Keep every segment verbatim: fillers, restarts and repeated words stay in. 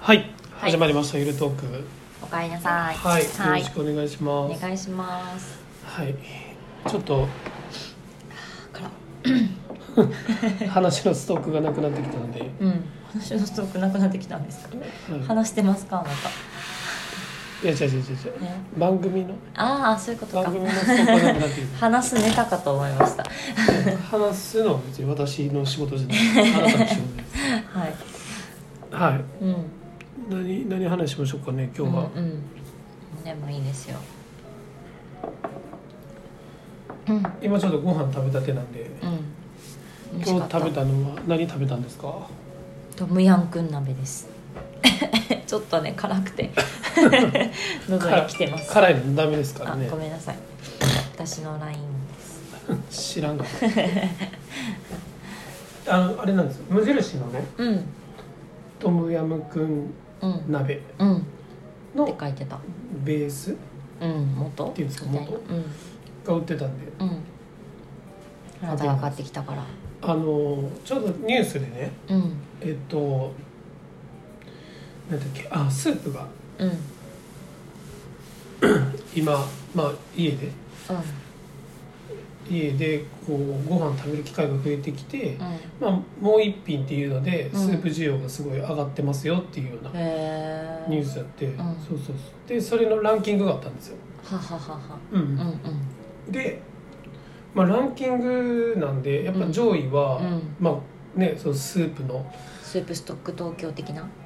はい、 はい、 始まりましたゆるトーク。 おかえりなさい。 はい、 はい、 よろしくお願いします。 お願いします。 はい、ちょっとから話のストックがなくなってきたので、 うん、話のストックなくなってきたんですか、 はい、 話してますかあなた。 いや違う違う違う違う、 ね、 番組のああ、そういうことか。 番組のストックがなくなってきた話すネタかと思いました。 話すのは別に私の仕事じゃないあなたの仕事です。 はい、 はい、 うん、 何何話しましょうかね今日は。 うん、うん、でもいいですよ。うん、 今ちょっとご飯食べたてなんで、 うん、 今日食べたのは何食べたんですか？ トムヤンくん鍋です。ちょっとね辛くて喉に来てます。 辛いのダメですからね。 あ、ごめんなさい、私の ライン です。 知らんがあのあれなんですよ、無印のね、 うん、 トムヤムクンうん鍋うんっての書いてた。 ベースうん元っていうんですか、 みたいな。 元が売ってたんで、 うんうんあなたが買ってきたから。 あのちょうどニュースでね、 うんえっとなんだっけ、あ、スープがうん今、まあ、家でう家でこうご飯食べる機会が増えてきて、 んうんまあ、もう一品っていうのでうんスープ需要がすごい上がってますよっていうようなへーニュースやって、 んそうそうそうでそれのランキングがあったんですよ。 ははははうんうんうんで、まあ、ランキングなんでやっぱ上位は、 うんまあね、そのスープのスープストック東京的な。 ん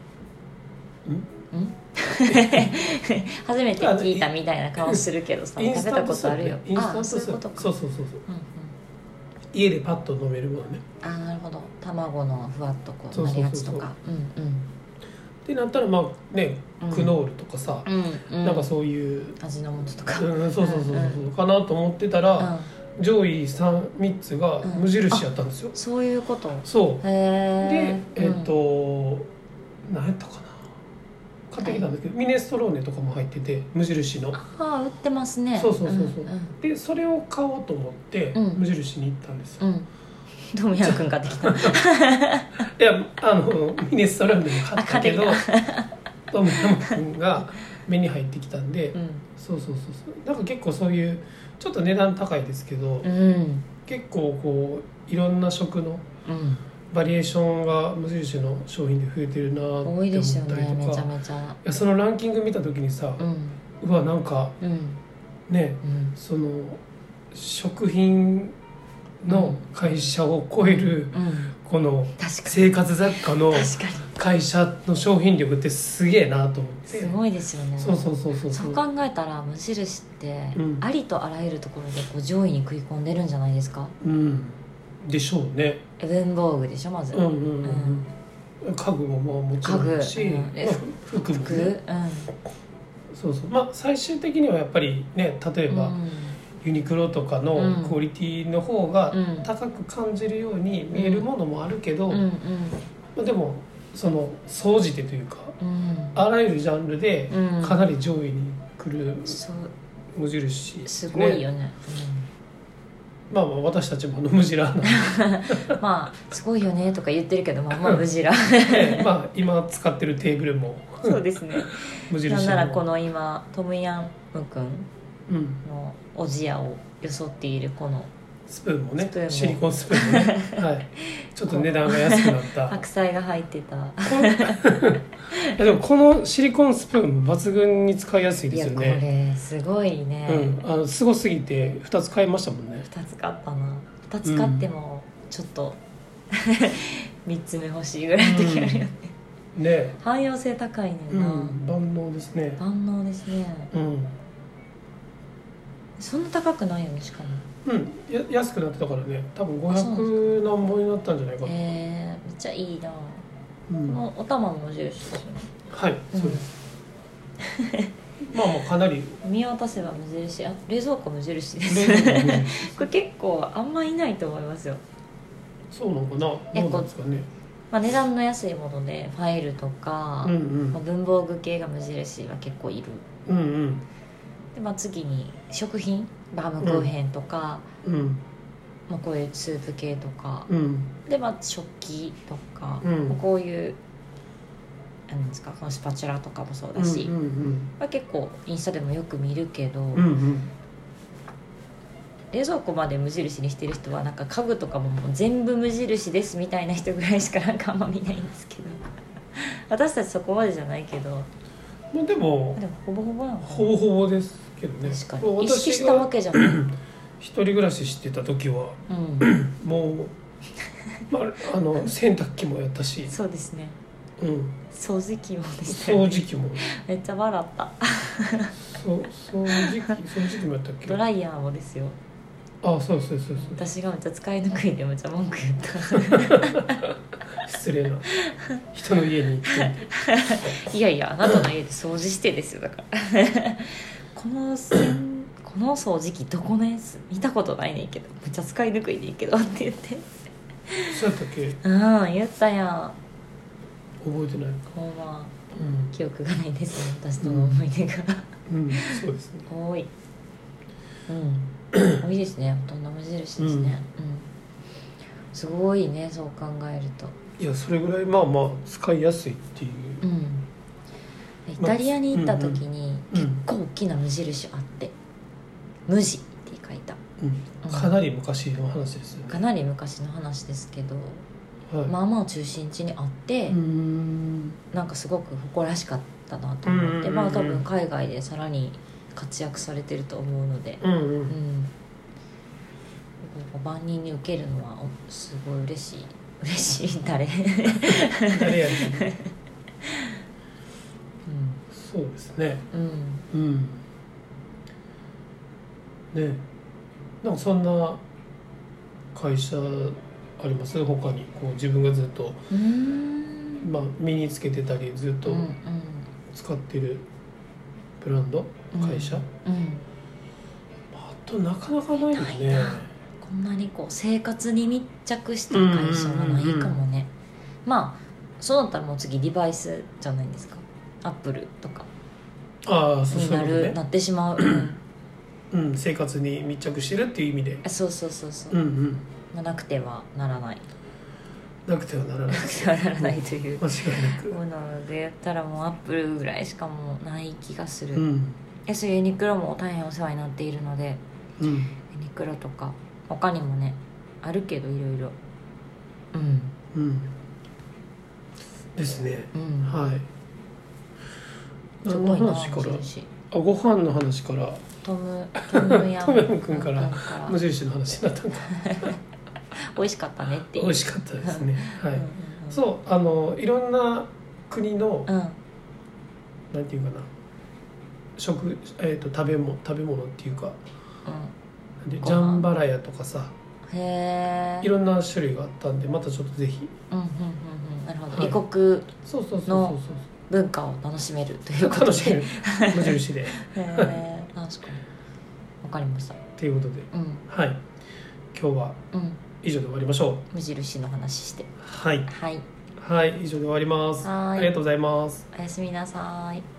ん初めて聞いたみたいな顔するけどさ、食べたことあるよ。 インスタントあ、 スープね、インスタントスープそういうことか。 そうそうそうそう、 うんうん家でパッと飲めるものねあーなるほど。卵のふわっとこそううなそうそうそうるやつとか。うんうんってなったらまあね、 うんクノールとかさ、 うんうんなんかそういう、 味の素とか。 うん、そうそうそうそう、 うんかなと思ってたら、 うん上位 さん, みっつが無印やったんですよ、 そういうこと。 そうへでえっ、と、何やったかな、買ってきたんですけど、ミネストローネとかも入ってて無印の、 ああ売ってますね。 そうそうそうそう、 んでそれを買おうと思ってうん無印に行ったんですよ、 うん、うん、トムヤムくん買ってきた。 いやあのミネストローネも買ったけどあトムヤムくんが目に入ってきたんで、 うんそうそうそうそう、なんか結構そういうちょっと値段高いですけど、 うん結構こういろんな食のうんバリエーションが無印の商品で増えてるなって思ったり多いですよね、めちゃとか、 めちゃ。 いやそのランキング見た時にさ、 うんうわなんかうんね、 うんその食品の会社を超えるうんこの確かに生活雑貨の確か会社の商品力ってすげえなと思ってにすごいですよね。 そうそうそうそうそう考えたら無印ってうんありとあらゆるところでこう上位に食い込んでるんじゃないですか。 うんでしょうね。 文房具でしょまず。 うんうんうん、家具もまあもちろんだし、 家具うんまあ、服も服、 ね、 うんそうそう、まあ最終的にはやっぱりね、例えば、 うんユニクロとかのうんクオリティの方がうん高く感じるように見えるものもあるけど、 うんうんまあ、でもその総じてというかうんあらゆるジャンルでうんかなり上位に来るそう無印、ね、 すごいよね。 まあまあ私たちもあの無印なんで、 うん、まあすごいよねとか言ってるけど、まあまあ無印。 ねまあ今使ってるテーブルもそうですね。 無印のなんならこの今トムヤムくんうん、 のおじやを装っているこのスプーンもねスプーンもシリコンスプーンもね、はい、ちょっと値段が安くなった白菜が入ってた。 このいやでもこのシリコンスプーンも抜群に使いやすいいやこですよね。 れすごいね。 うん、あのすごすぎてふたつ買いましたもんね。 ふたつ買ったな。ふたつ買ってもちょっと、みっつめ欲しいぐらいの時あるよね。 ね、 汎用性高いねうんな、 ん、万能ですね。 万能ですね。 うん、 そんな高くないよねしかも。 うん、や安くなってたからね、多分ごひゃく何本になったんじゃないかな。 えー、めっちゃいいな。 うんこのお玉も無印ですよね。 はい、 うんそうです。まあまあかなり見渡せば無印。あ、冷蔵庫無印です。 冷蔵庫ねこれ結構あんまいないと思いますよ。 そうなのかな、どえうなんですかね。 まあ、値段の安いものでファイルとか、 うんうんまあ、文房具系が無印は結構いる。 うんうんで、まあ、次に食品バームクーヘンとか、 うんまあ、こういうスープ系とか、 うんで、まあ、食器とか、 うんまあこういうなんですか、このスパチュラとかもそうだし、 うんうんうんまあ、結構インスタでもよく見るけど、 うんうん冷蔵庫まで無印にしてる人はなんか家具とかももう全部無印ですみたいな人ぐらいしかなんかあんま見ないんですけど私たちそこまでじゃないけど、 まあでもでもほぼほぼなのかな。 ほぼほぼですけどね。 確かに意識したわけじゃない一人暮らししてた時はうんもう、まあ、あの洗濯機もやったし、 そうですね、 うん、 掃除機もでしたよね。 掃除機もめっちゃ笑ったそう掃除機掃除機もやったっけ。 ドライヤーもですよ。 あ、そうそうそうそう。 私がめっちゃ使いにくいでめっちゃ文句言った失礼な人の家に行っていやいや、あなたの家で掃除してですよ。だからこのせんこの掃除機どこのやつ見たことないねんけどめっちゃ使いにくいねんけどって言ってそうやったっけ。 うん言ったやん。 覚えてないか。 ほんまうん、 記憶がないですね、私との思い出が、 うん、そうですね。 多い。うん多いですね、ほとんど無印ですね、うんすごいね、そう考えると。 いや、それぐらいまあまあ使いやすいっていう。 うんイタリアに行った時にうんうん結構大きな無印あって無地って書いた、 うん、かなり昔の話ですよね。 かなり昔の話ですけど、 はい、 まあまあ中心地にあって、 うーんなんかすごく誇らしかったなと思って、 うんうんうんうんまあ多分海外でさらに活躍されてると思うので、 うんううんん、万人に受けるのはおすごい嬉しい嬉しい誰誰やねんそうですね。 うん、うん、 うんね、なんかそんな会社あります？他にこう自分がずっと、 うーんまあ、身につけてたりずっとうんうん使ってるブランド、会社、 うんあとなかなかないよね。 ないなこんなにこう生活に密着した会社はないかもね、まあそうだったらもう次デバイスじゃないですか、アップルとかああ、そうになる、 そういうことね。 なってしまう、うんうん、生活に密着してるっていう意味で、 あそうそうそうそう、 うんうんまあ、なくてはならないなくてはならないなくてはならないという間違いなく。 ものでやったらもうアップルぐらいしかもうない気がする、 うんえそういうユニクロも大変お世話になっているので、 うんユニクロとか他にもねあるけどいろいろうんうんですね。 うんはい。 す何のごいな話から？ 無印あ、ご飯の話からトムトムヤムトムヤム君からから無印の話になったんだ。 美味しかったねっていう美味しかったですね。はい。 うんうんうんそう、あのいろんな国の、 うんなんていうかな、食えっ、と食べ物食べ物っていうか、なんでご飯ジャンバラヤとかさ、 うんへえいろんな種類があったんで、またちょっとぜひ。 うんうんうんうんなるほど、 はい異国そうそうそうそうの文化を楽しめるというそう。 ことで楽しめる無印で。 へえ確かにわかりました。 ということで、 うんはい。今日はうん以上で終わりましょう。 無印の話してはい。 はいはい、以上で終わります。 はーいありがとうございます。 おやすみなさい。